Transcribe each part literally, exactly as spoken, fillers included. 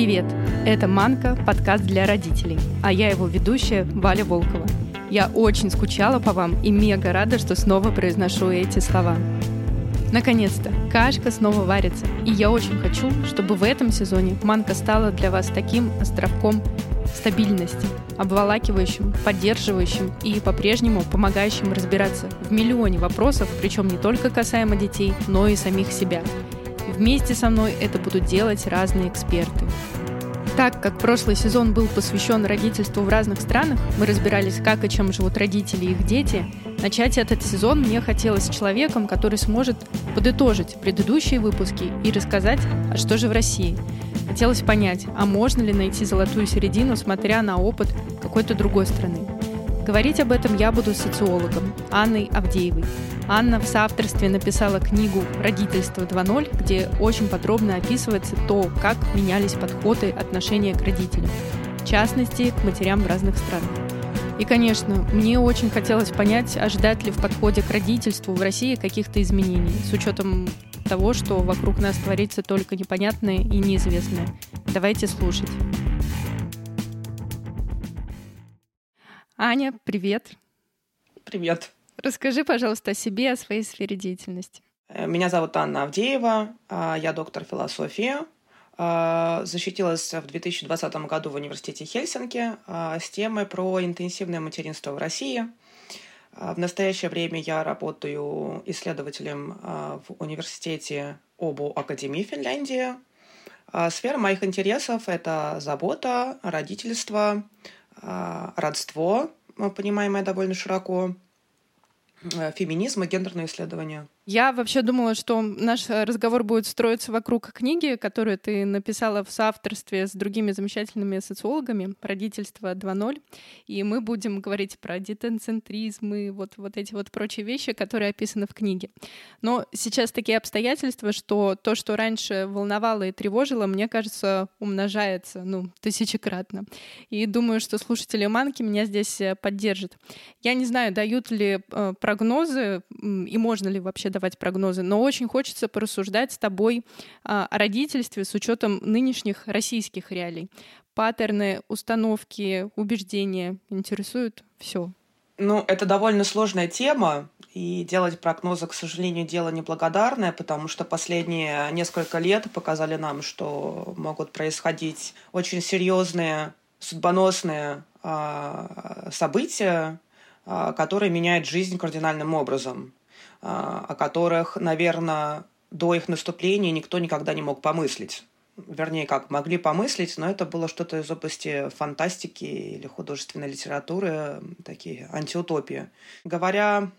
Привет! Это «Манка» — подкаст для родителей, а я его ведущая Валя Волкова. Я очень скучала по вам и мега рада, что снова произношу эти слова. Наконец-то, кашка снова варится, и я очень хочу, чтобы в этом сезоне «Манка» стала для вас таким островком стабильности, обволакивающим, поддерживающим и по-прежнему помогающим разбираться в миллионе вопросов, причем не только касаемо детей, но и самих себя. И вместе со мной это будут делать разные эксперты. Так как прошлый сезон был посвящен родительству в разных странах, мы разбирались, как и чем живут родители и их дети, начать этот сезон мне хотелось с человеком, который сможет подытожить предыдущие выпуски и рассказать, а что же в России. Хотелось понять, а можно ли найти золотую середину, смотря на опыт какой-то другой страны. Говорить об этом я буду с социологом Анной Авдеевой. Анна в соавторстве написала книгу «Родительство два ноль», где очень подробно описывается то, как менялись подходы, отношения к родителям, в частности, к матерям в разных странах. И, конечно, мне очень хотелось понять, ожидать ли в подходе к родительству в России каких-то изменений, с учетом того, что вокруг нас творится только непонятное и неизвестное. Давайте слушать. Аня, привет. Привет. Расскажи, пожалуйста, о себе, о своей сфере деятельности. Меня зовут Анна Авдеева, я доктор философии. Защитилась в две тысячи двадцатом году в университете Хельсинки с темой про интенсивное материнство в России. В настоящее время я работаю исследователем в университете ОБУ Академии Финляндии. Сфера моих интересов – это забота, родительство, родство, понимаемое довольно широко, феминизм и гендерные исследования. Я вообще думала, что наш разговор будет строиться вокруг книги, которую ты написала в соавторстве с другими замечательными социологами «Родительство два ноль». И мы будем говорить про детоцентризм и вот, вот эти вот прочие вещи, которые описаны в книге. Но сейчас такие обстоятельства, что то, что раньше волновало и тревожило, мне кажется, умножается, ну, тысячекратно. И думаю, что слушатели «Манки» меня здесь поддержат. Я не знаю, дают ли э, прогнозы и можно ли вообще давать прогнозы, но очень хочется порассуждать с тобой а, о родительстве с учетом нынешних российских реалий. Паттерны, установки, убеждения интересуют все. Ну, это довольно сложная тема, и делать прогнозы, к сожалению, дело неблагодарное, потому что последние несколько лет показали нам, что могут происходить очень серьезные, судьбоносные а, события, а, которые меняют жизнь кардинальным образом, о которых, наверное, до их наступления никто никогда не мог помыслить. Вернее, как, могли помыслить, но это было что-то из области фантастики или художественной литературы, такие антиутопии. Говоря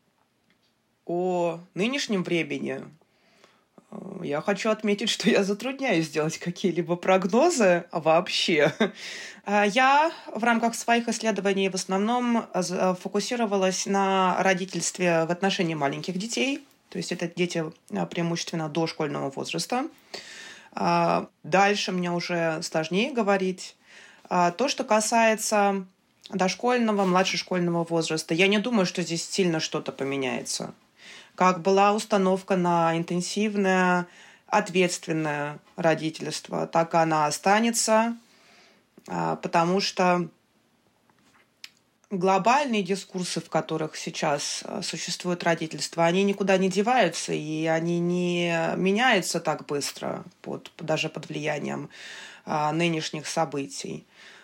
о нынешнем времени, я хочу отметить, что я затрудняюсь сделать какие-либо прогнозы вообще. Я в рамках своих исследований в основном фокусировалась на родительстве в отношении маленьких детей, то есть это дети преимущественно дошкольного возраста. Дальше мне уже сложнее говорить. То, что касается дошкольного, младшешкольного возраста, я не думаю, что здесь сильно что-то поменяется. Как была установка на интенсивное, ответственное родительство, так она останется, потому что глобальные дискурсы, в которых сейчас существует родительство, они никуда не деваются, и они не меняются так быстро, под, даже под влиянием нынешних событий.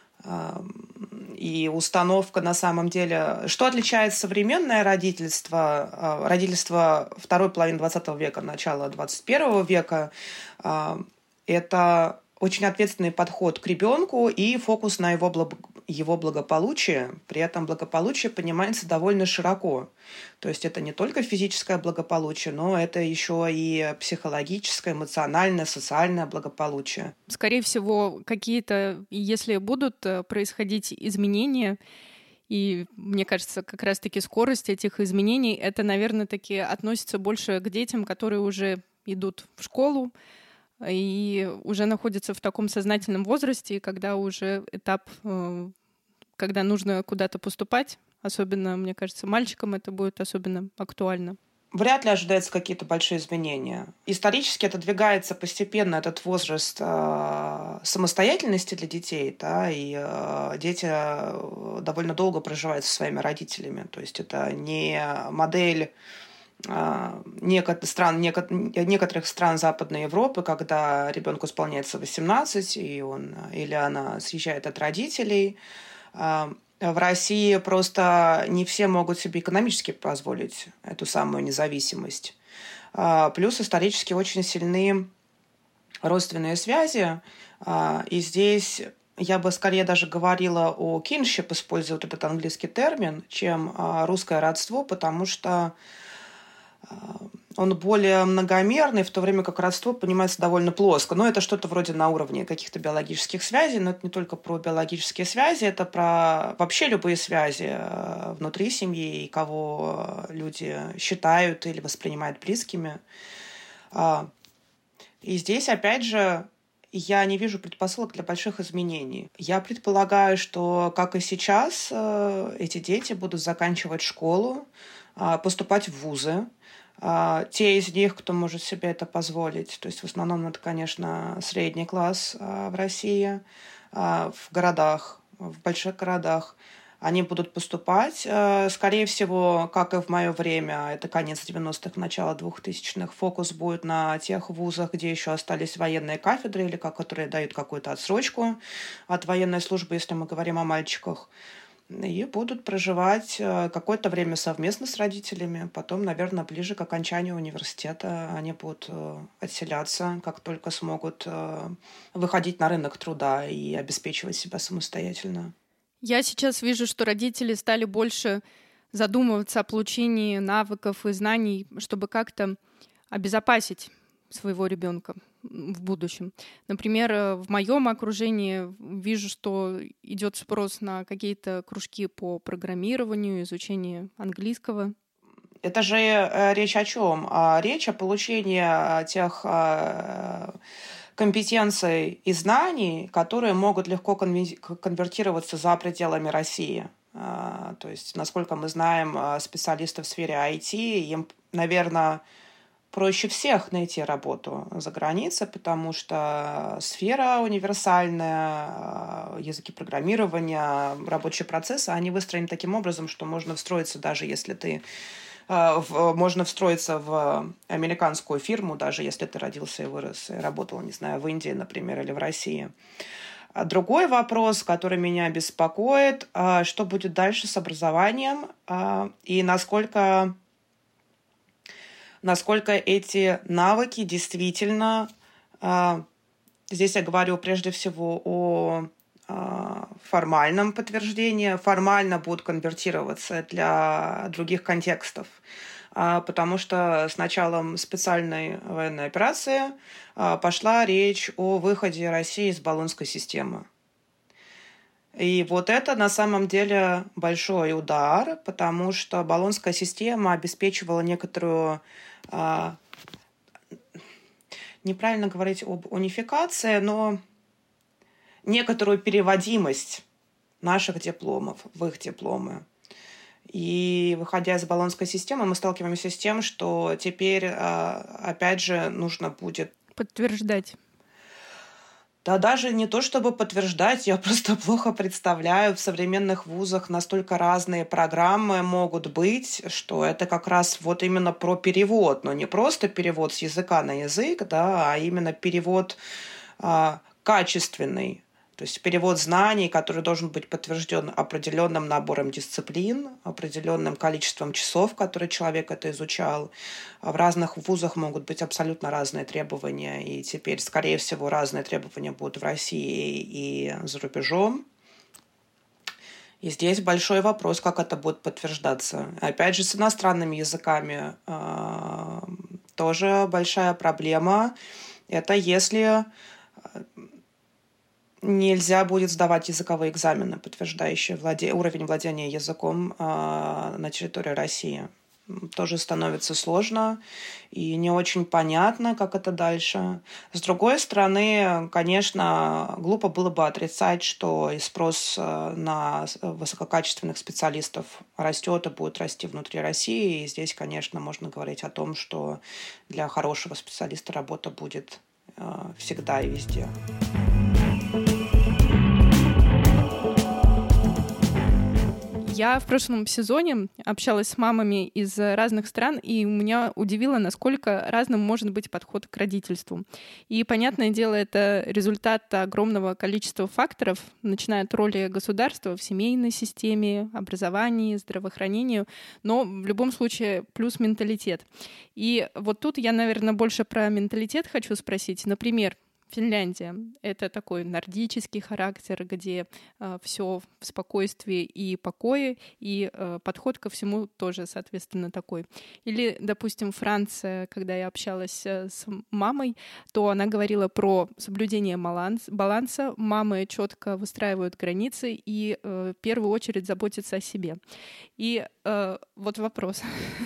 И установка на самом деле... Что отличает современное родительство, родительство второй половины двадцатого века, начала двадцать первого века, это очень ответственный подход к ребенку и фокус на его, благ... его благополучие. При этом благополучие понимается довольно широко. То есть это не только физическое благополучие, но это еще и психологическое, эмоциональное, социальное благополучие. Скорее всего, какие-то, если будут происходить изменения, и мне кажется, как раз-таки скорость этих изменений, это, наверное, таки относится больше к детям, которые уже идут в школу, и уже находятся в таком сознательном возрасте, когда уже этап, когда нужно куда-то поступать, особенно, мне кажется, мальчикам это будет особенно актуально. вряд ли ожидаются какие-то большие изменения. Исторически отодвигается постепенно этот возраст э, самостоятельности для детей, да, и э, дети довольно долго проживают со своими родителями. То есть это не модель э, некот- стран, некот- некоторых стран Западной Европы, когда ребенку исполняется восемнадцать, и он или она съезжает от родителей. Э, В России просто не все могут себе экономически позволить эту самую независимость. А, Плюс исторически очень сильны родственные связи. А, И здесь я бы скорее даже говорила о kinship, используя вот этот английский термин, чем а, русское родство, потому что он более многомерный, в то время как родство понимается довольно плоско. Но это что-то вроде на уровне каких-то биологических связей, но это не только про биологические связи, это про вообще любые связи внутри семьи и кого люди считают или воспринимают близкими. И здесь, опять же, я не вижу предпосылок для больших изменений. Я предполагаю, что, как и сейчас, эти дети будут заканчивать школу, поступать в вузы. Те из них, кто может себе это позволить, то есть в основном это, конечно, средний класс в России, в городах, в больших городах, они будут поступать. Скорее всего, как и в мое время, это конец девяностых, начало двухтысячных, фокус будет на тех вузах, где еще остались военные кафедры или которые дают какую-то отсрочку от военной службы, если мы говорим о мальчиках. И будут проживать какое-то время совместно с родителями. Потом, наверное, ближе к окончанию университета они будут отселяться, как только смогут выходить на рынок труда и обеспечивать себя самостоятельно. Я сейчас вижу, что родители стали больше задумываться о получении навыков и знаний, чтобы как-то обезопасить своего ребенка в будущем. Например, в моем окружении вижу, что идет спрос на какие-то кружки по программированию, изучению английского. Это же речь о чем? Речь о получении тех компетенций и знаний, которые могут легко конвертироваться за пределами России. То есть, насколько мы знаем, специалисты в сфере ай ти, им, наверное, проще всех найти работу за границей, потому что сфера универсальная, языки программирования, рабочие процессы, они выстроены таким образом, что можно встроиться, даже если ты можно встроиться в американскую фирму, даже если ты родился и вырос, и работал, не знаю, в Индии, например, или в России. Другой вопрос, который меня беспокоит, что будет дальше с образованием и насколько, насколько эти навыки действительно, здесь я говорю прежде всего о формальном подтверждении, формально будут конвертироваться для других контекстов. Потому что с началом специальной военной операции пошла речь о выходе России из Болонской системы. И вот это на самом деле большой удар, потому что Болонская система обеспечивала некоторую, неправильно говорить об унификации, но некоторую переводимость наших дипломов в их дипломы. И выходя из Болонской системы, мы сталкиваемся с тем, что теперь, опять же, нужно будет подтверждать. Да даже не то чтобы подтверждать, я просто плохо представляю, в современных вузах настолько разные программы могут быть, что это как раз вот именно про перевод, но не просто перевод с языка на язык, да, а именно перевод а, качественный. То есть перевод знаний, который должен быть подтвержден определенным набором дисциплин, определенным количеством часов, которые человек это изучал. В разных вузах могут быть абсолютно разные требования, и теперь, скорее всего, разные требования будут в России и за рубежом. И здесь большой вопрос, как это будет подтверждаться. Опять же, с иностранными языками э, тоже большая проблема. Это если нельзя будет сдавать языковые экзамены, подтверждающие владе... уровень владения языком э, на территории России. тоже становится сложно и не очень понятно, как это дальше. С другой стороны, конечно, глупо было бы отрицать, что и спрос на высококачественных специалистов растет и будет расти внутри России. И здесь, конечно, можно говорить о том, что для хорошего специалиста работа будет всегда и везде. Я в прошлом сезоне общалась с мамами из разных стран, и меня удивило, насколько разным может быть подход к родительству. И, понятное дело, это результат огромного количества факторов, начиная от роли государства в семейной системе, образовании, здравоохранении, но в любом случае плюс менталитет. И вот тут я, наверное, больше про менталитет хочу спросить. Например, Финляндия — это такой нордический характер, где э, все в спокойствии и покое, и э, подход ко всему тоже, соответственно, такой. Или, допустим, Франция, когда я общалась э, с мамой, то она говорила про соблюдение баланс, баланса. Мамы четко выстраивают границы и э, в первую очередь заботятся о себе. И э, вот вопрос.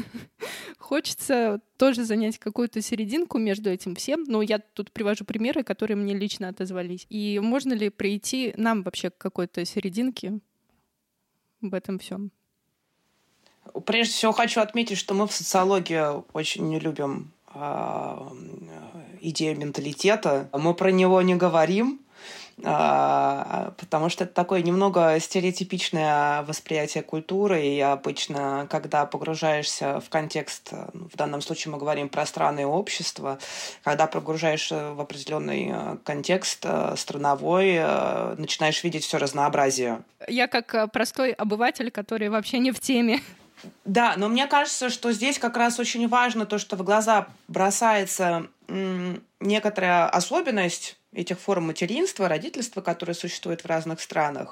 Хочется тоже занять какую-то серединку между этим всем, но я тут привожу примеры, которые мне лично отозвались. И можно ли прийти нам вообще к какой-то серединке в этом всем? Прежде всего хочу отметить, что мы в социологии очень не любим э, идею менталитета. Мы про него не говорим, потому что это такое немного стереотипичное восприятие культуры, и обычно, когда погружаешься в контекст, в данном случае мы говорим про страны и общество, когда погружаешься в определенный контекст страновой, начинаешь видеть все разнообразие. Я как простой обыватель, который вообще не в теме. Да, но мне кажется, что здесь как раз очень важно то, что в глаза бросается м, некоторая особенность этих форм материнства, родительства, которые существуют в разных странах,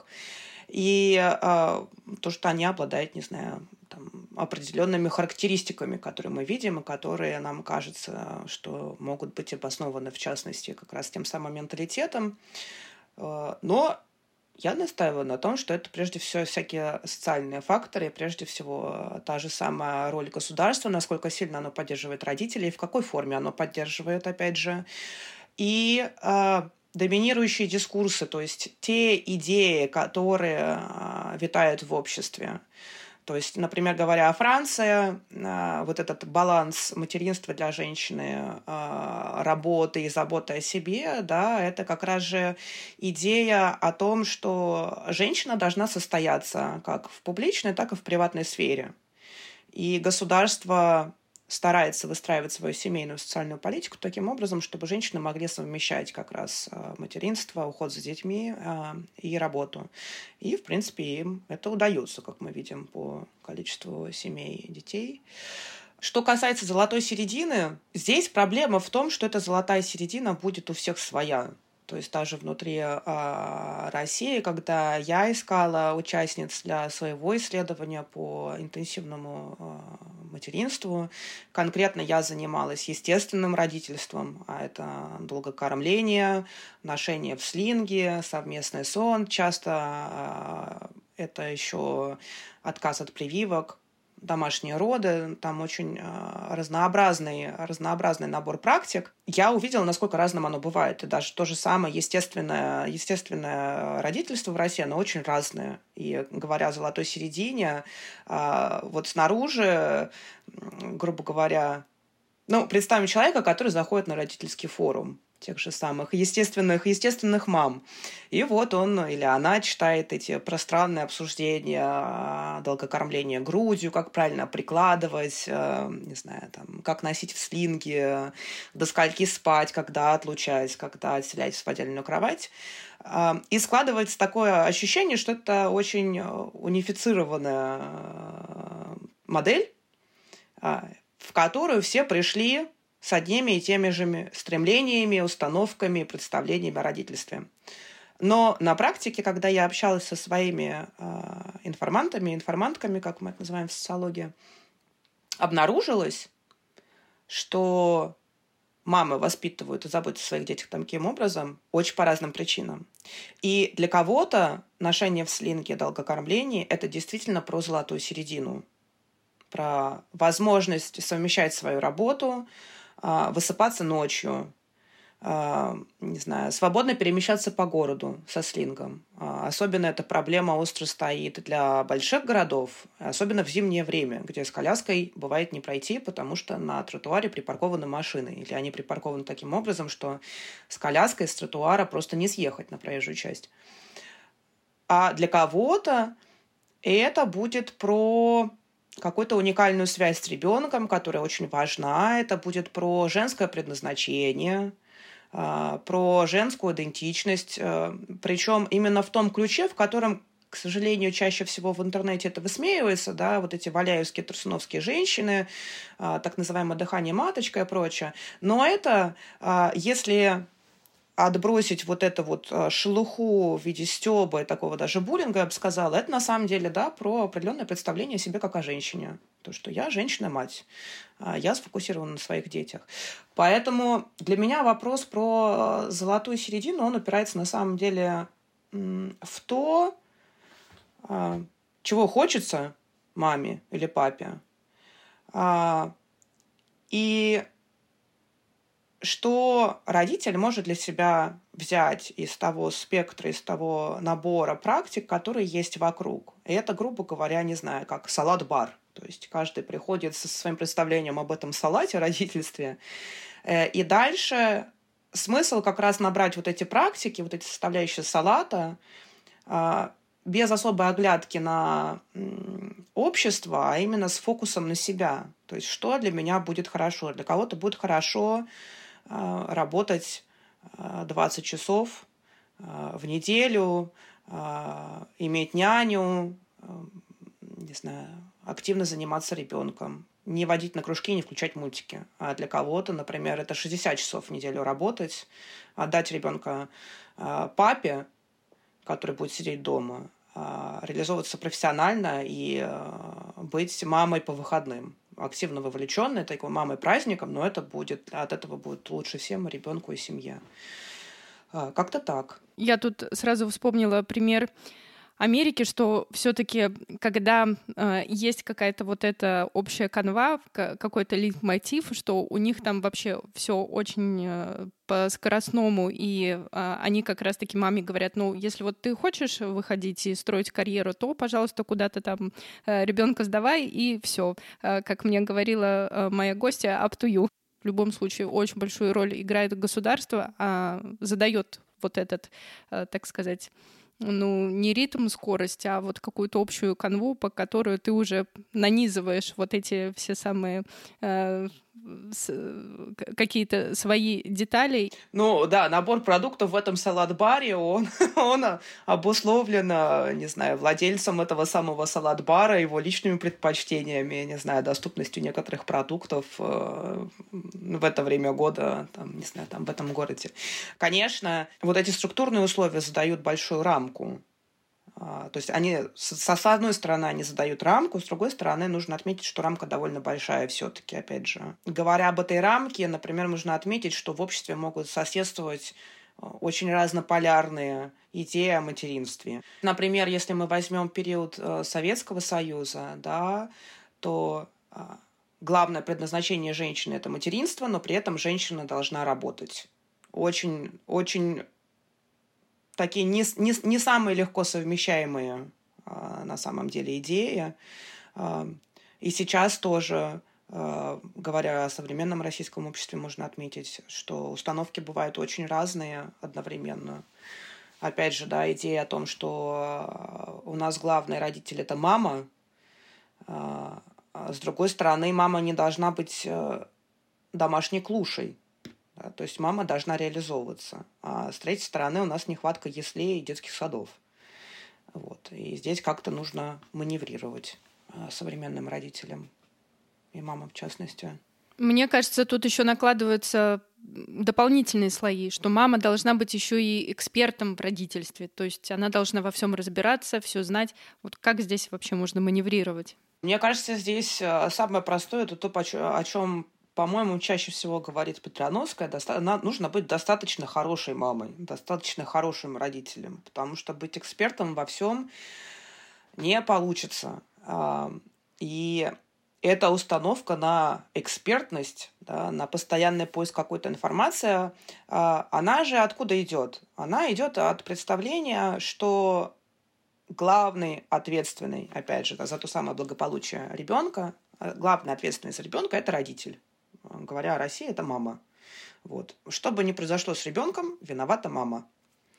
и э, то, что они обладают, не знаю, там, определенными характеристиками, которые мы видим, и которые нам кажется, что могут быть обоснованы, в частности, как раз тем самым менталитетом. Э, но я настаиваю на том, что это прежде всего всякие социальные факторы, прежде всего та же самая роль государства, насколько сильно оно поддерживает родителей, в какой форме оно поддерживает, опять же, и э, доминирующие дискурсы, то есть те идеи, которые э, витают в обществе. То есть, например, говоря о Франции, э, вот этот баланс материнства для женщины, э, работы и заботы о себе, да, это как раз же идея о том, что женщина должна состояться как в публичной, так и в приватной сфере. И государство старается выстраивать свою семейную социальную политику таким образом, чтобы женщины могли совмещать как раз материнство, уход за детьми и работу. И, в принципе, им это удается, как мы видим по количеству семей и детей. Что касается золотой середины, здесь проблема в том, что эта золотая середина будет у всех своя. То есть даже внутри э, России, когда я искала участниц для своего исследования по интенсивному э, материнству, конкретно я занималась естественным родительством, а это долгокормление, ношение в слинге, совместный сон, часто э, это еще отказ от прививок, домашние роды, там очень э, разнообразный, разнообразный набор практик. Я увидела, насколько разным оно бывает. И даже то же самое естественное, естественное родительство в России, оно очень разное. И говоря о золотой середине, э, вот снаружи, грубо говоря, ну, представим человека, который заходит на родительский форум тех же самых естественных, естественных мам. И вот он или она читает эти пространные обсуждения долгокормления грудью, как правильно прикладывать, не знаю, там, как носить в слинге, до скольки спать, когда отлучать, когда отселять в отдельную кровать. И складывается такое ощущение, что это очень унифицированная модель, в которую все пришли с одними и теми же стремлениями, установками, представлениями о родительстве. Но на практике, когда я общалась со своими э, информантами, информантками, как мы это называем в социологии, обнаружилось, что мамы воспитывают и заботятся о своих детях таким образом очень по разным причинам. И для кого-то ношение в слинге, долгокормление – это действительно про золотую середину. про возможность совмещать свою работу, высыпаться ночью, не знаю, свободно перемещаться по городу со слингом. Особенно эта проблема остро стоит для больших городов, особенно в зимнее время, где с коляской бывает не пройти, потому что на тротуаре припаркованы машины, или они припаркованы таким образом, что с коляской с тротуара просто не съехать на проезжую часть. А для кого-то это будет про какую-то уникальную связь с ребенком, которая очень важна. Это будет про женское предназначение, про женскую идентичность, причем именно в том ключе, в котором, к сожалению, чаще всего в интернете это высмеивается, да, вот эти валяевские, трусуновские женщины, так называемое дыхание маточкой и прочее. Но это, если отбросить вот эту вот шелуху в виде стёба и такого даже буллинга, я бы сказала, это на самом деле, да, про определенное представление о себе как о женщине. То, что я женщина-мать, я сфокусирована на своих детях. Поэтому для меня вопрос про золотую середину, он упирается на самом деле в то, чего хочется маме или папе, и что родитель может для себя взять из того спектра, из того набора практик, которые есть вокруг. И это, грубо говоря, не знаю, как салат-бар. То есть каждый приходит со своим представлением об этом салате, родительстве. И дальше смысл как раз набрать вот эти практики, вот эти составляющие салата, без особой оглядки на общество, а именно с фокусом на себя. То есть что для меня будет хорошо. Для кого-то будет хорошо работать двадцать часов в неделю, иметь няню, не знаю, активно заниматься ребенком, не водить на кружки, не включать мультики. А для кого-то, например, это шестьдесят часов в неделю работать, отдать ребенка папе, который будет сидеть дома, реализовываться профессионально и быть мамой по выходным. Активно вовлеченной, такой мамой-праздником, но это будет, от этого будет лучше всем, и ребенку, и семье. Как-то так. Я тут сразу вспомнила пример Америки, что все-таки, когда э, есть какая-то вот эта общая канва, какой-то лейтмотив, что у них там вообще все очень э, по-скоростному, и э, они как раз-таки маме говорят, ну, если вот ты хочешь выходить и строить карьеру, то, пожалуйста, куда-то там э, ребенка сдавай, и все. Э, как мне говорила э, моя гостья, up to you. В любом случае, очень большую роль играет государство, а задает вот этот, э, так сказать, ну, не ритм, скорость, а вот какую-то общую канву, по которую ты уже нанизываешь вот эти все самые э, с, какие-то свои детали. Ну, да, набор продуктов в этом салат-баре, он, он обусловлен, не знаю, владельцем этого самого салат-бара, его личными предпочтениями, не знаю, доступностью некоторых продуктов э, в это время года, там, не знаю, там, в этом городе. Конечно, вот эти структурные условия задают большую рамку. То есть они, с одной стороны, они задают рамку, с другой стороны, нужно отметить, что рамка довольно большая все-таки, опять же. Говоря об этой рамке, например, нужно отметить, что в обществе могут соседствовать очень разнополярные идеи о материнстве. Например, если мы возьмем период Советского Союза, да, то главное предназначение женщины – это материнство, но при этом женщина должна работать. Очень, очень такие не, не, не самые легко совмещаемые а, на самом деле идеи. А, и сейчас тоже, а, говоря о современном российском обществе, можно отметить, что установки бывают очень разные одновременно. Опять же, да, идея о том, что у нас главный родитель – это мама. А, а с другой стороны, мама не должна быть домашней клушей. Да, то есть мама должна реализовываться. А с третьей стороны у нас нехватка яслей и детских садов. Вот. И здесь как-то нужно маневрировать современным родителям и мамам в частности. Мне кажется, тут еще накладываются дополнительные слои, что мама должна быть еще и экспертом в родительстве. То есть она должна во всем разбираться, все знать. Вот как здесь вообще можно маневрировать? Мне кажется, здесь самое простое – это то, о чем, по-моему, чаще всего говорит Петроновская, нужно быть достаточно хорошей мамой, достаточно хорошим родителем, потому что быть экспертом во всем не получится. И эта установка на экспертность, да, на постоянный поиск какой-то информации, она же откуда идет? Она идет от представления, что главный ответственный, опять же, за то самое благополучие ребенка, главный ответственный за ребенка – это родитель. Говоря о России, это мама. Вот. Что бы ни произошло с ребенком, виновата мама.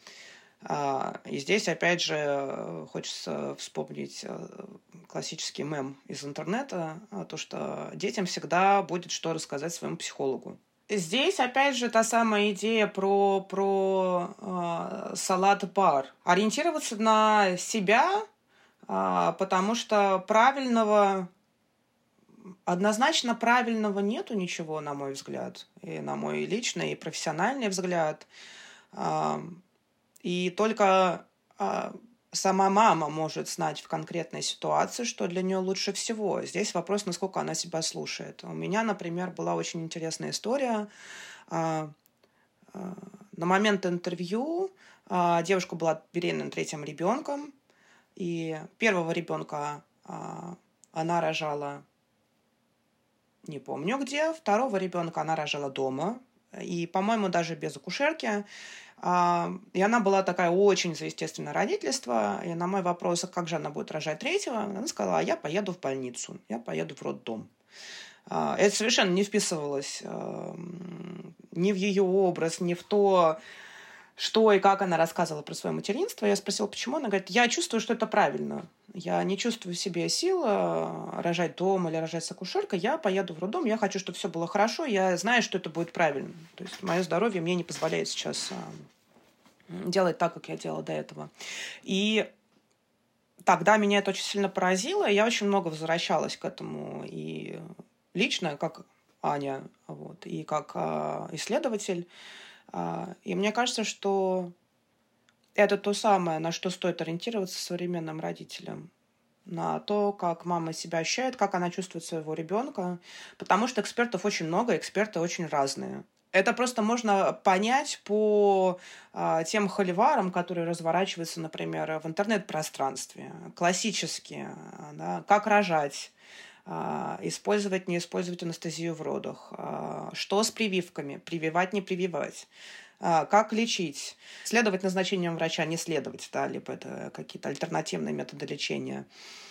И здесь, опять же, хочется вспомнить классический мем из интернета, то, что детям всегда будет что рассказать своему психологу. Здесь, опять же, та самая идея про, про э, салат-бар. Ориентироваться на себя, э, потому что правильного, однозначно правильного нету ничего, на мой взгляд, и на мой личный и профессиональный взгляд. Э, И только а, сама мама может знать в конкретной ситуации, что для нее лучше всего. Здесь вопрос, насколько она себя слушает. У меня, например, была очень интересная история. А, а, на момент интервью а, девушка была беременна третьим ребенком, и первого ребенка а, она рожала, не помню где, второго ребенка она рожала дома, и, по-моему, даже без акушерки. И она была такая очень за естественное родительство. И на мой вопрос, как же она будет рожать третьего, она сказала: а я поеду в больницу, я поеду в роддом. Это совершенно не вписывалось ни в ее образ, ни в то, что и как она рассказывала про свое материнство. Я спросила, почему. Она говорит: я чувствую, что это правильно. Я не чувствую в себе сил рожать дома или рожать с акушеркой. Я поеду в роддом, я хочу, чтобы все было хорошо. Я знаю, что это будет правильно. То есть мое здоровье мне не позволяет сейчас делать так, как я делала до этого. И тогда меня это очень сильно поразило. И я очень много возвращалась к этому и лично, как Аня, вот, и как исследователь. И мне кажется, что это то самое, на что стоит ориентироваться современным родителям. На то, как мама себя ощущает, как она чувствует своего ребенка. Потому что экспертов очень много, эксперты очень разные. Это просто можно понять по а, тем холиварам, которые разворачиваются, например, в интернет-пространстве. Классические. Да, как рожать. Использовать, не использовать анестезию в родах, что с прививками, прививать, не прививать, как лечить, следовать назначениям врача, не следовать, да, либо это какие-то альтернативные методы лечения,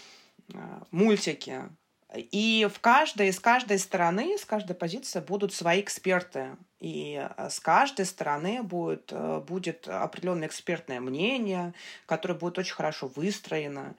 мультики. И в каждой, с каждой стороны, с каждой позиции будут свои эксперты. И с каждой стороны будет, будет определенное экспертное мнение, которое будет очень хорошо выстроено,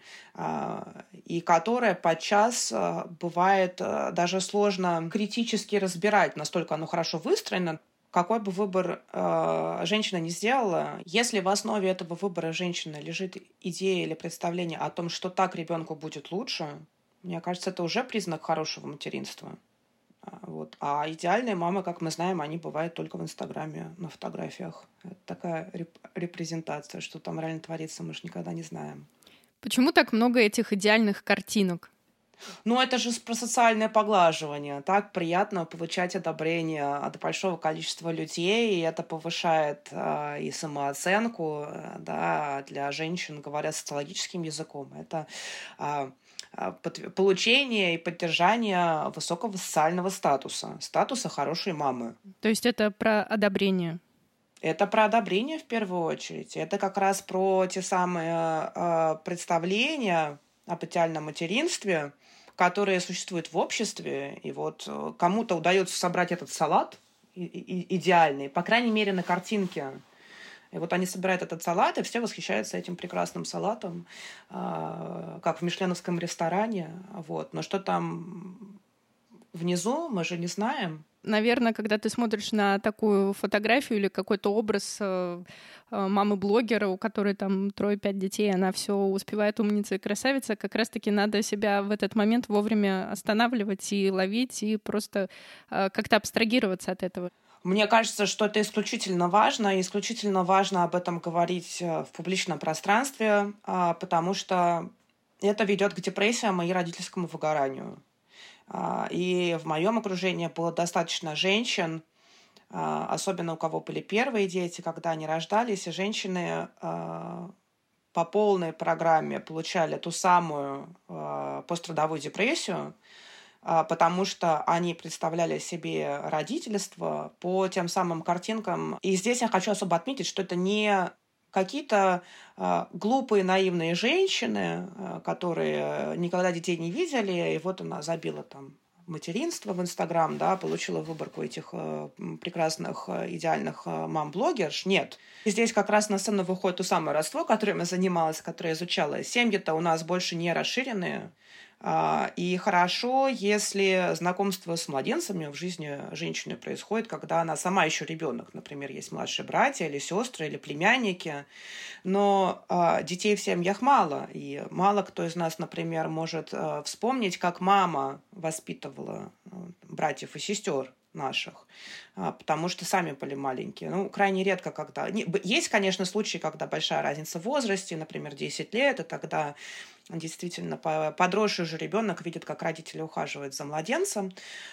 и которое подчас бывает даже сложно критически разбирать, настолько оно хорошо выстроено. Какой бы выбор э, женщина ни сделала, если в основе этого выбора женщины лежит идея или представление о том, что так ребенку будет лучше, мне кажется, это уже признак хорошего материнства. Вот. А идеальные мамы, как мы знаем, они бывают только в Инстаграме, на фотографиях. Это такая реп- репрезентация, что там реально творится, мы же никогда не знаем. Почему так много этих идеальных картинок? Ну, это же про социальное поглаживание. Так приятно получать одобрение от большого количества людей, и это повышает э, и самооценку, э, да, для женщин, говоря социологическим языком. Это э, под, получение и поддержание высокого социального статуса, статуса хорошей мамы. То есть это про одобрение? Это про одобрение в первую очередь. Это как раз про те самые э, представления об идеальном материнстве, которые существуют в обществе, и вот кому-то удается собрать этот салат и- и- идеальный, по крайней мере, на картинке. И вот они собирают этот салат, и все восхищаются этим прекрасным салатом, э, как в мишленовском ресторане. Вот. Но что там внизу, мы же не знаем. Наверное, когда ты смотришь на такую фотографию или какой-то образ э, мамы-блогера, у которой там трое-пять детей, она все успевает, умница и красавица, как раз-таки надо себя в этот момент вовремя останавливать и ловить, и просто э, как-то абстрагироваться от этого. Мне кажется, что это исключительно важно, и исключительно важно об этом говорить в публичном пространстве, потому что это ведет к депрессиям и родительскому выгоранию. И в моем окружении было достаточно женщин, особенно у кого были первые дети, когда они рождались, и женщины по полной программе получали ту самую пострадовую депрессию, потому что они представляли себе родительство по тем самым картинкам. И здесь я хочу особо отметить, что это не какие-то э, глупые, наивные женщины, э, которые никогда детей не видели, и вот она забила там материнство в Инстаграм, да, получила выборку этих э, прекрасных, э, идеальных э, мам-блогерш. Нет. И здесь как раз на сцену выходит то самое родство, которым я занималась, которое я изучала. Семьи-то у нас больше не расширенные. И хорошо, если знакомство с младенцами в жизни женщины происходит, когда она сама еще ребенок. Например, есть младшие братья или сестры, или племянники. Но детей в семьях мало. И мало кто из нас, например, может вспомнить, как мама воспитывала братьев и сестер наших, потому что сами были маленькие. Ну, крайне редко, когда... Есть, конечно, случаи, когда большая разница в возрасте, например, десять лет, и тогда действительно подросший же ребенок видит, как родители ухаживают за младенцем.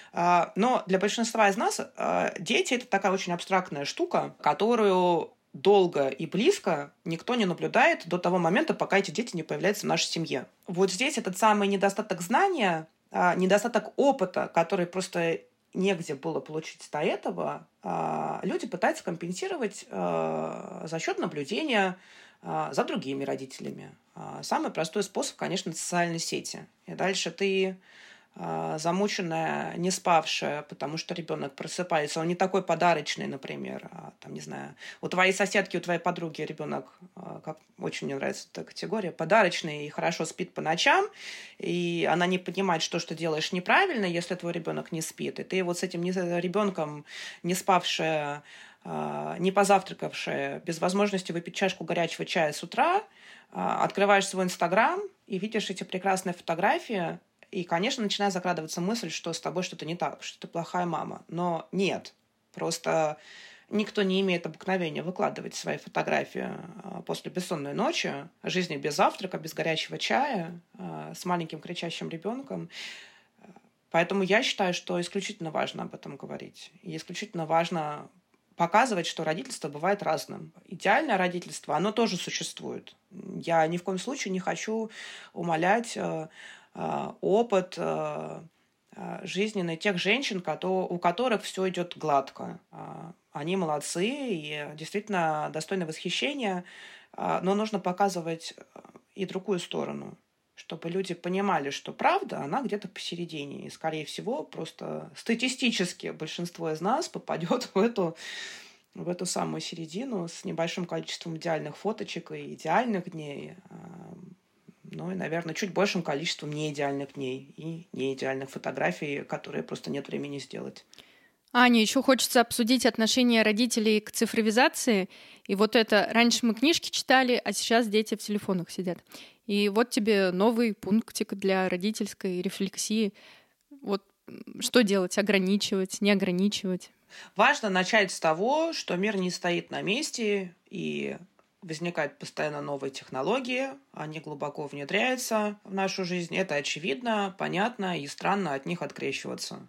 Но для большинства из нас дети – это такая очень абстрактная штука, которую долго и близко никто не наблюдает до того момента, пока эти дети не появляются в нашей семье. Вот здесь этот самый недостаток знания, недостаток опыта, который просто негде было получить до этого, люди пытаются компенсировать за счет наблюдения за другими родителями. Самый простой способ, конечно, социальные сети. И дальше ты замученная, не спавшая, потому что ребенок просыпается, он не такой подарочный, например, там, не знаю, у твоей соседки, у твоей подруги ребенок, как очень мне нравится эта категория, подарочный и хорошо спит по ночам, и она не понимает, что что делаешь неправильно, если твой ребенок не спит, и ты вот с этим ребенком, не спавшая, не позавтракавшая, без возможности выпить чашку горячего чая с утра, открываешь свой Инстаграм и видишь эти прекрасные фотографии. И, конечно, начинает закрадываться мысль, что с тобой что-то не так, что ты плохая мама. Но нет. Просто никто не имеет обыкновения выкладывать свои фотографии после бессонной ночи, жизни без завтрака, без горячего чая, с маленьким кричащим ребенком. Поэтому я считаю, что исключительно важно об этом говорить. И исключительно важно показывать, что родительство бывает разным. Идеальное родительство, оно тоже существует. Я ни в коем случае не хочу умалять опыт жизненный тех женщин, у которых все идет гладко. Они молодцы и действительно достойны восхищения, но нужно показывать и другую сторону, чтобы люди понимали, что правда, она где-то посередине. И, скорее всего, просто статистически большинство из нас попадет в эту, в эту самую середину с небольшим количеством идеальных фоточек и идеальных дней. Ну и, наверное, чуть большим количеством неидеальных дней и неидеальных фотографий, которые просто нет времени сделать. Аня, еще хочется обсудить отношение родителей к цифровизации. И вот это, раньше мы книжки читали, а сейчас дети в телефонах сидят. И вот тебе новый пунктик для родительской рефлексии. Вот что делать? Ограничивать, не ограничивать? Важно начать с того, что мир не стоит на месте, и возникают постоянно новые технологии, они глубоко внедряются в нашу жизнь. Это очевидно, понятно, и странно от них открещиваться.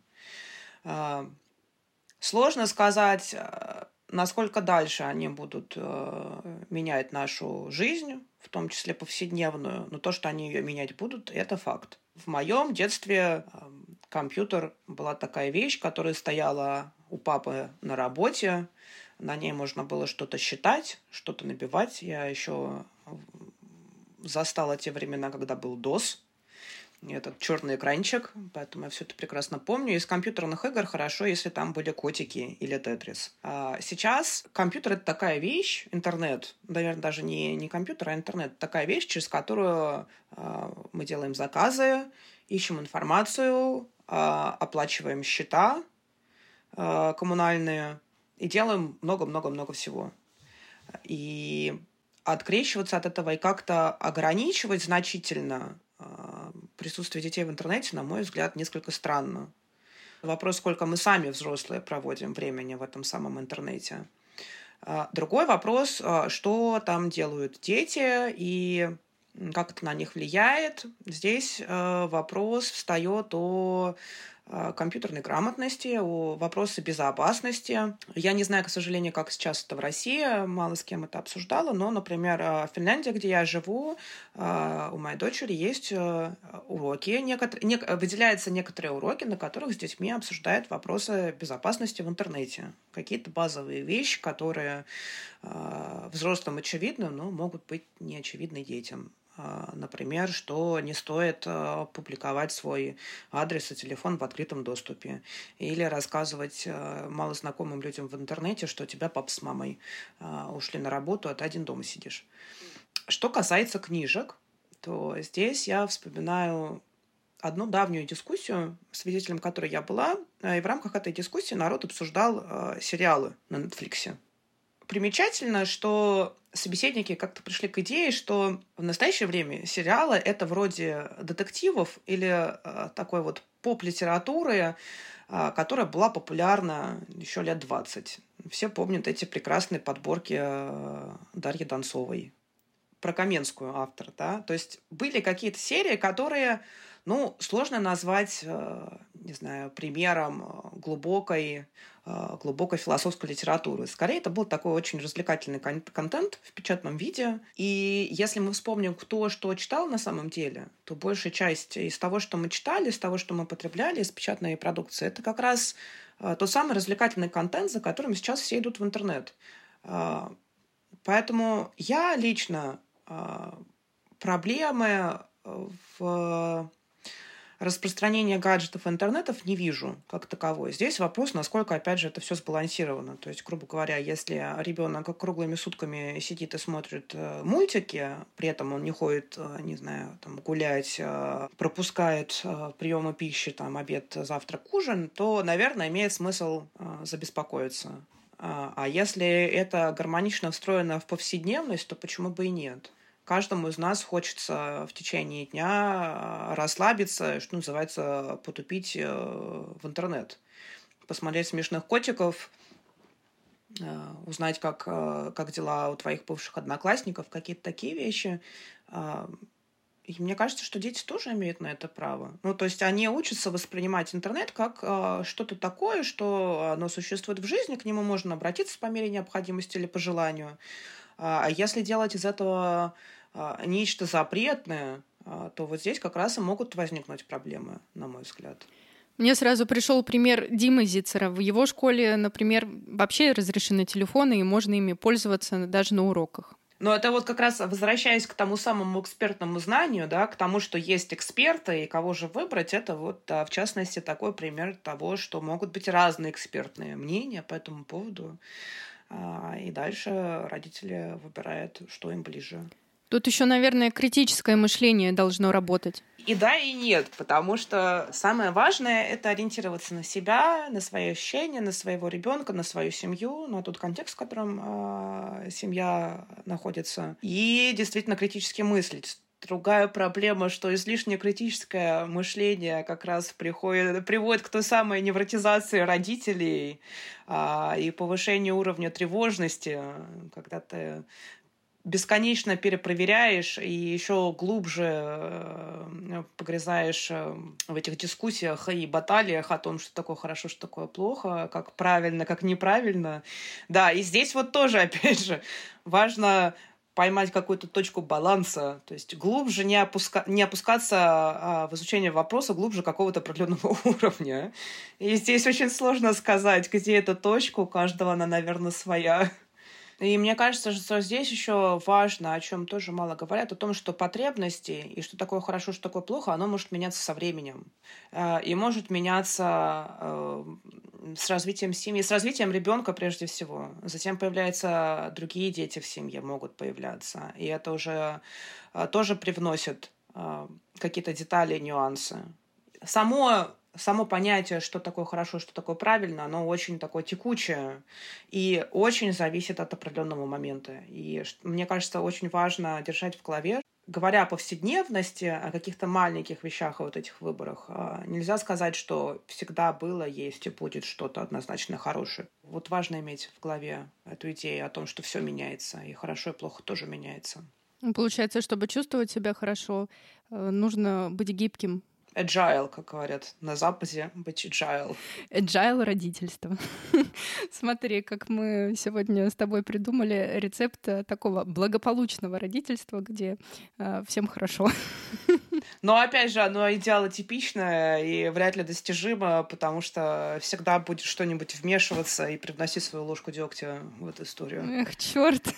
Сложно сказать, насколько дальше они будут менять нашу жизнь, в том числе повседневную, но то, что они ее менять будут, это факт. В моем детстве компьютер была такая вещь, которая стояла у папы на работе. На ней можно было что-то считать, что-то набивать. Я еще застала те времена, когда был дос, этот черный экранчик, поэтому я все это прекрасно помню. Из компьютерных игр хорошо, если там были котики или тетрис. А сейчас компьютер — это такая вещь, интернет, наверное, даже не, не компьютер, а интернет — такая вещь, через которую а, мы делаем заказы, ищем информацию, а, оплачиваем счета а, коммунальные и делаем много-много-много всего. И открещиваться от этого и как-то ограничивать значительно присутствие детей в интернете, на мой взгляд, несколько странно. Вопрос, сколько мы сами, взрослые, проводим времени в этом самом интернете. Другой вопрос, что там делают дети и как это на них влияет. Здесь вопрос встает о компьютерной грамотности, о вопросы безопасности. Я не знаю, к сожалению, как сейчас это в России, мало с кем это обсуждала, но, например, в Финляндии, где я живу, у моей дочери есть уроки, выделяются некоторые уроки, на которых с детьми обсуждают вопросы безопасности в интернете. Какие-то базовые вещи, которые взрослым очевидны, но могут быть неочевидны детям. Например, что не стоит публиковать свой адрес и телефон в открытом доступе. Или рассказывать малознакомым людям в интернете, что у тебя папа с мамой ушли на работу, а ты один дома сидишь. Что касается книжек, то здесь я вспоминаю одну давнюю дискуссию, свидетелем которой я была, и в рамках этой дискуссии народ обсуждал сериалы на Netflix. Примечательно, что собеседники как-то пришли к идее, что в настоящее время сериалы — это вроде детективов или э, такой вот поп-литературы, э, которая была популярна еще лет двадцать. Все помнят эти прекрасные подборки э, Дарьи Донцовой. Про Каменскую автор, да? То есть были какие-то серии, которые, ну, сложно назвать, э, не знаю, примером глубокой, э, глубокой философской литературы. Скорее, это был такой очень развлекательный кон- контент в печатном виде. И если мы вспомним, кто что читал на самом деле, то большая часть из того, что мы читали, из того, что мы потребляли, из печатной продукции, это как раз э, тот самый развлекательный контент, за которым сейчас все идут в интернет. Э, поэтому я лично э, проблемы в распространение гаджетов и интернетов не вижу как таковой. Здесь вопрос, насколько, опять же, это все сбалансировано. То есть, грубо говоря, если ребенок круглыми сутками сидит и смотрит мультики, при этом он не ходит, не знаю, там, гулять, пропускает приемы пищи, там, обед, завтрак, ужин, то, наверное, имеет смысл забеспокоиться. А если это гармонично встроено в повседневность, то почему бы и нет? Каждому из нас хочется в течение дня расслабиться, что называется, потупить в интернет. Посмотреть смешных котиков, узнать, как, как дела у твоих бывших одноклассников, какие-то такие вещи. И мне кажется, что дети тоже имеют на это право. Ну, то есть они учатся воспринимать интернет как что-то такое, что оно существует в жизни, к нему можно обратиться по мере необходимости или по желанию. А если делать из этого нечто запретное, то вот здесь как раз и могут возникнуть проблемы, на мой взгляд. Мне сразу пришел пример Димы Зицера. В его школе, например, вообще разрешены телефоны, и можно ими пользоваться даже на уроках. Но это вот как раз возвращаясь к тому самому экспертному знанию, да, к тому, что есть эксперты, и кого же выбрать, это вот, да, в частности, такой пример того, что могут быть разные экспертные мнения по этому поводу. И дальше родители выбирают, что им ближе. Тут еще, наверное, критическое мышление должно работать. И да, и нет, потому что самое важное — это ориентироваться на себя, на свои ощущения, на своего ребенка, на свою семью, на тот контекст, в котором э, семья находится, и действительно критически мыслить. Другая проблема, что излишнее критическое мышление как раз приходит, приводит к той самой невротизации родителей а, и повышению уровня тревожности, когда ты бесконечно перепроверяешь и еще глубже погрязаешь в этих дискуссиях и баталиях о том, что такое хорошо, что такое плохо, как правильно, как неправильно. Да, и здесь вот тоже, опять же, важно поймать какую-то точку баланса, то есть глубже не, опуска... не опускаться а, в изучение вопроса глубже какого-то определенного уровня. И здесь очень сложно сказать, где эта точка, у каждого она, наверное, своя. И мне кажется, что здесь еще важно, о чем тоже мало говорят, о том, что потребности и что такое хорошо, что такое плохо, оно может меняться со временем. И может меняться с развитием семьи, с развитием ребенка прежде всего. Затем появляются другие дети в семье, могут появляться. И это уже тоже привносит какие-то детали, нюансы. Само Само понятие, что такое хорошо, что такое правильно, оно очень такое текучее и очень зависит от определенного момента. И мне кажется, очень важно держать в голове, говоря о повседневности, о каких-то маленьких вещах, о вот этих выборах, нельзя сказать, что всегда было, есть и будет что-то однозначно хорошее. Вот важно иметь в голове эту идею о том, что все меняется, и хорошо, и плохо тоже меняется. Получается, чтобы чувствовать себя хорошо, нужно быть гибким. agile, как говорят на Западе, быть agile. Agile родительство. Смотри, как мы сегодня с тобой придумали рецепт такого благополучного родительства, где э, всем хорошо. Но, опять же, оно идеалотипичное и вряд ли достижимо, потому что всегда будет что-нибудь вмешиваться и привносить свою ложку дегтя в эту историю. Эх, черт!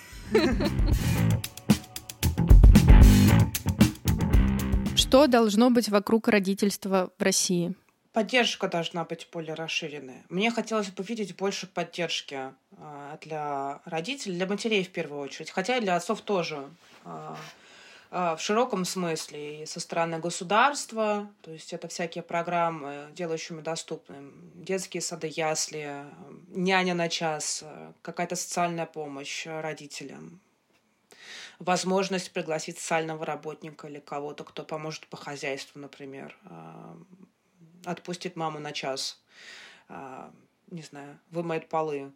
Что должно быть вокруг родительства в России? Поддержка должна быть более расширенная. Мне хотелось бы видеть больше поддержки для родителей, для матерей в первую очередь, хотя и для отцов тоже. В широком смысле и со стороны государства, то есть это всякие программы, делающими доступным детские сады, ясли, няня на час, какая-то социальная помощь родителям, возможность пригласить социального работника или кого-то, кто поможет по хозяйству, например, отпустит маму на час, не знаю, вымоет полы.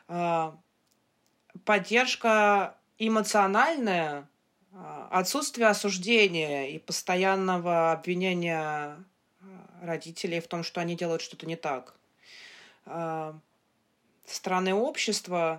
Поддержка эмоциональная, отсутствие осуждения и постоянного обвинения родителей в том, что они делают что-то не так. Со стороны общества,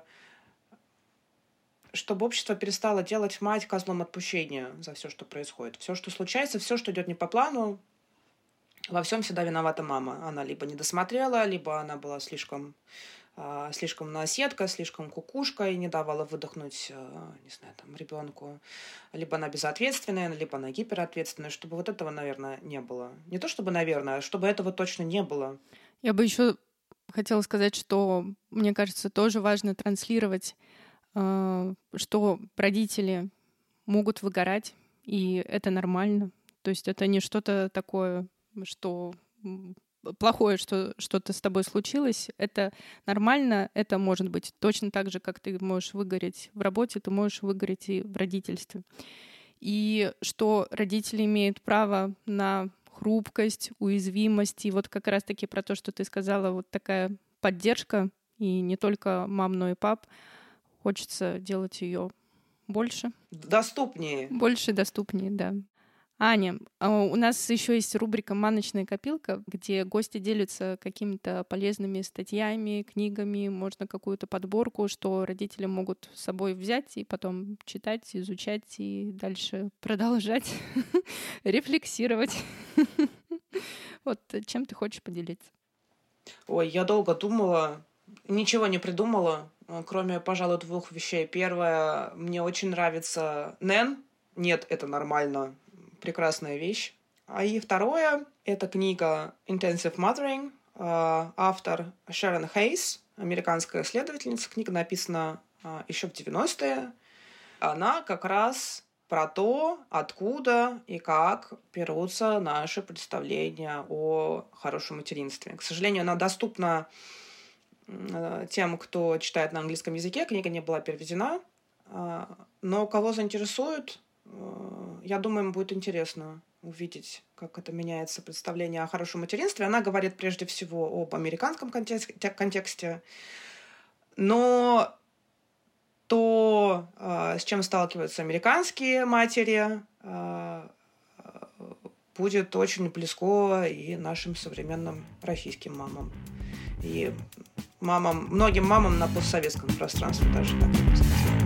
чтобы общество перестало делать мать козлом отпущения за все, что происходит. Все, что случается, все, что идет не по плану, во всем всегда виновата мама. Она либо не досмотрела, либо она была слишком... слишком наседка, слишком кукушка и не давала выдохнуть, не знаю, там, ребенку. Либо она безответственная, либо она гиперответственная, чтобы вот этого, наверное, не было. Не то чтобы, наверное, а чтобы этого точно не было. Я бы еще хотела сказать, что, мне кажется, тоже важно транслировать, что родители могут выгорать, и это нормально. То есть это не что-то такое, что... плохое, что что-то с тобой случилось, это нормально, это может быть точно так же, как ты можешь выгореть в работе, ты можешь выгореть и в родительстве. И что родители имеют право на хрупкость, уязвимость, и вот как раз-таки про то, что ты сказала, вот такая поддержка, и не только мам, но и пап, хочется делать ее больше. Доступнее. Больше и доступнее, да. Аня, у нас еще есть рубрика «Маночная копилка», где гости делятся какими-то полезными статьями, книгами, можно какую-то подборку, что родители могут с собой взять и потом читать, изучать и дальше продолжать рефлексировать. Вот чем ты хочешь поделиться? Ой, я долго думала, ничего не придумала, кроме, пожалуй, двух вещей. Первое, мне очень нравится Нэн. Нет, это нормально. Прекрасная вещь. А и второе, это книга «Intensive Mothering», автор Шерон Хейс, американская исследовательница. Книга написана еще в девяностые. Она как раз про то, откуда и как берутся наши представления о хорошем материнстве. К сожалению, она доступна тем, кто читает на английском языке. Книга не была переведена. Но кого заинтересует, я думаю, им будет интересно увидеть, как это меняется представление о хорошем материнстве. Она говорит прежде всего об американском контексте, но то, с чем сталкиваются американские матери, будет очень близко и нашим современным российским мамам. И мамам, многим мамам на постсоветском пространстве даже, так я бы сказала.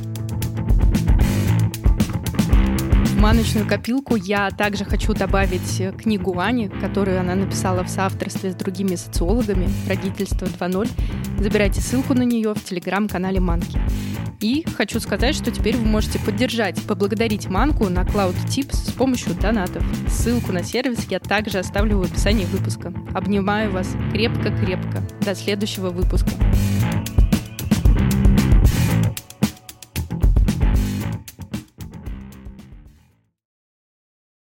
В маночную копилку я также хочу добавить книгу Ани, которую она написала в соавторстве с другими социологами «Родительство два ноль». Забирайте ссылку на нее в телеграм-канале Манки. И хочу сказать, что теперь вы можете поддержать, поблагодарить Манку на Cloud Tips с помощью донатов. Ссылку на сервис я также оставлю в описании выпуска. Обнимаю вас крепко-крепко. До следующего выпуска.